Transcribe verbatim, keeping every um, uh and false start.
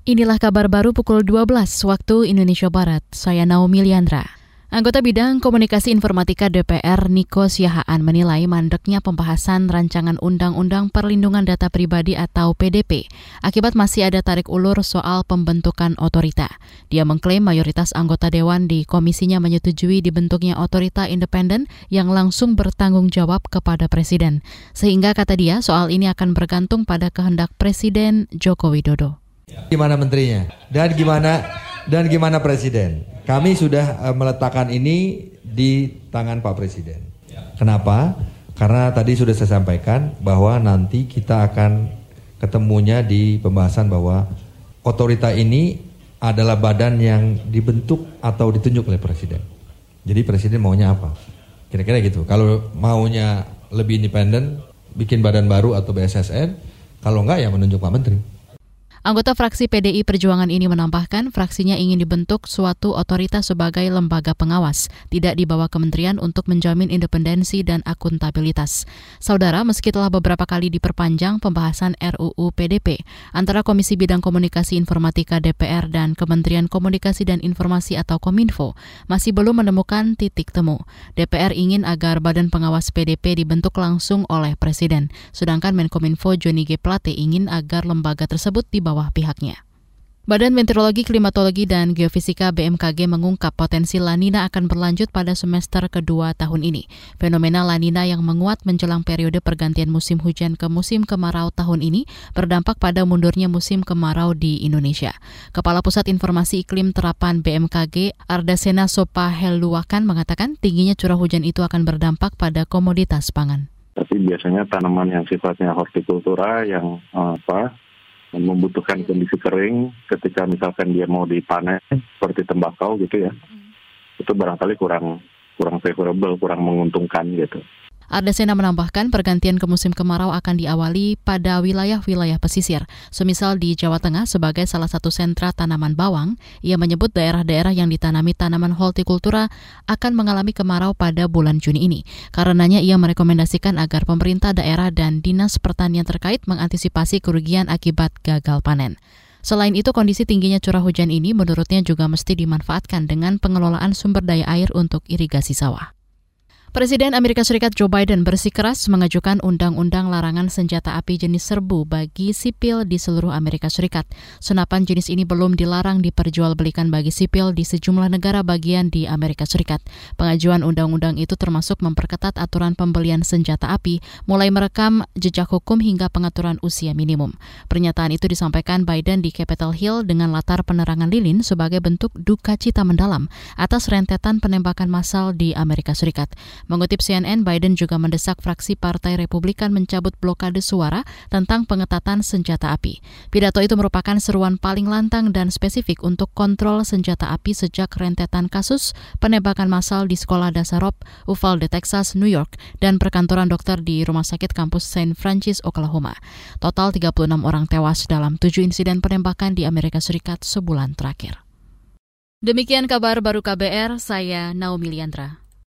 Inilah kabar baru pukul dua belas waktu Indonesia Barat. Saya Naomi Liandra. Anggota Bidang Komunikasi Informatika D P R Nico Siahaan menilai mandeknya pembahasan rancangan Undang-Undang Perlindungan Data Pribadi atau P D P akibat masih ada tarik ulur soal pembentukan otorita. Dia mengklaim mayoritas anggota Dewan di komisinya menyetujui dibentuknya otorita independen yang langsung bertanggung jawab kepada Presiden. Sehingga kata dia soal ini akan bergantung pada kehendak Presiden Joko Widodo. Gimana menterinya dan gimana dan gimana Presiden? Kami sudah uh, meletakkan ini di tangan Pak Presiden. Kenapa? Karena tadi sudah saya sampaikan bahwa nanti kita akan ketemunya di pembahasan bahwa otorita ini adalah badan yang dibentuk atau ditunjuk oleh Presiden. Jadi Presiden maunya apa? Kira-kira gitu. Kalau maunya lebih independen, bikin badan baru atau B S S N. Kalau enggak ya menunjuk Pak Menteri. Anggota fraksi P D I Perjuangan ini menambahkan fraksinya ingin dibentuk suatu otoritas sebagai lembaga pengawas, tidak di bawah kementerian untuk menjamin independensi dan akuntabilitas. Saudara, meski telah beberapa kali diperpanjang pembahasan R U U P D P antara Komisi Bidang Komunikasi Informatika D P R dan Kementerian Komunikasi dan Informasi atau Kominfo, masih belum menemukan titik temu. D P R ingin agar Badan Pengawas P D P dibentuk langsung oleh Presiden, sedangkan Menkominfo Johnny G. Plate ingin agar lembaga tersebut di bawah pihaknya. Badan Meteorologi, Klimatologi, dan Geofisika B M K G mengungkap potensi La Nina akan berlanjut pada semester kedua tahun ini. Fenomena La Nina yang menguat menjelang periode pergantian musim hujan ke musim kemarau tahun ini berdampak pada mundurnya musim kemarau di Indonesia. Kepala Pusat Informasi Iklim Terapan B M K G, Ardasena Sopaheluwakan mengatakan tingginya curah hujan itu akan berdampak pada komoditas pangan. Tapi biasanya tanaman yang sifatnya hortikultura yang apa membutuhkan kondisi kering ketika misalkan dia mau dipanen seperti tembakau gitu ya, itu barangkali kurang kurang favorable, kurang menguntungkan gitu. Ardasena menambahkan pergantian ke musim kemarau akan diawali pada wilayah-wilayah pesisir, semisal di Jawa Tengah sebagai salah satu sentra tanaman bawang. Ia menyebut daerah-daerah yang ditanami tanaman hortikultura akan mengalami kemarau pada bulan Juni ini. Karenanya ia merekomendasikan agar pemerintah daerah dan dinas pertanian terkait mengantisipasi kerugian akibat gagal panen. Selain itu, kondisi tingginya curah hujan ini menurutnya juga mesti dimanfaatkan dengan pengelolaan sumber daya air untuk irigasi sawah. Presiden Amerika Serikat Joe Biden bersikeras mengajukan undang-undang larangan senjata api jenis serbu bagi sipil di seluruh Amerika Serikat. Senapan jenis ini belum dilarang diperjualbelikan bagi sipil di sejumlah negara bagian di Amerika Serikat. Pengajuan undang-undang itu termasuk memperketat aturan pembelian senjata api, mulai merekam jejak hukum hingga pengaturan usia minimum. Pernyataan itu disampaikan Biden di Capitol Hill dengan latar penerangan lilin sebagai bentuk duka cita mendalam atas rentetan penembakan massal di Amerika Serikat. Mengutip C N N, Biden juga mendesak fraksi Partai Republikan mencabut blokade suara tentang pengetatan senjata api. Pidato itu merupakan seruan paling lantang dan spesifik untuk kontrol senjata api sejak rentetan kasus penembakan massal di sekolah dasar Robb, Uvalde, Texas, New York, dan perkantoran dokter di Rumah Sakit Kampus Saint Francis, Oklahoma. Total tiga puluh enam orang tewas dalam tujuh insiden penembakan di Amerika Serikat sebulan terakhir. Demikian kabar baru K B R, saya Naomi Liandra.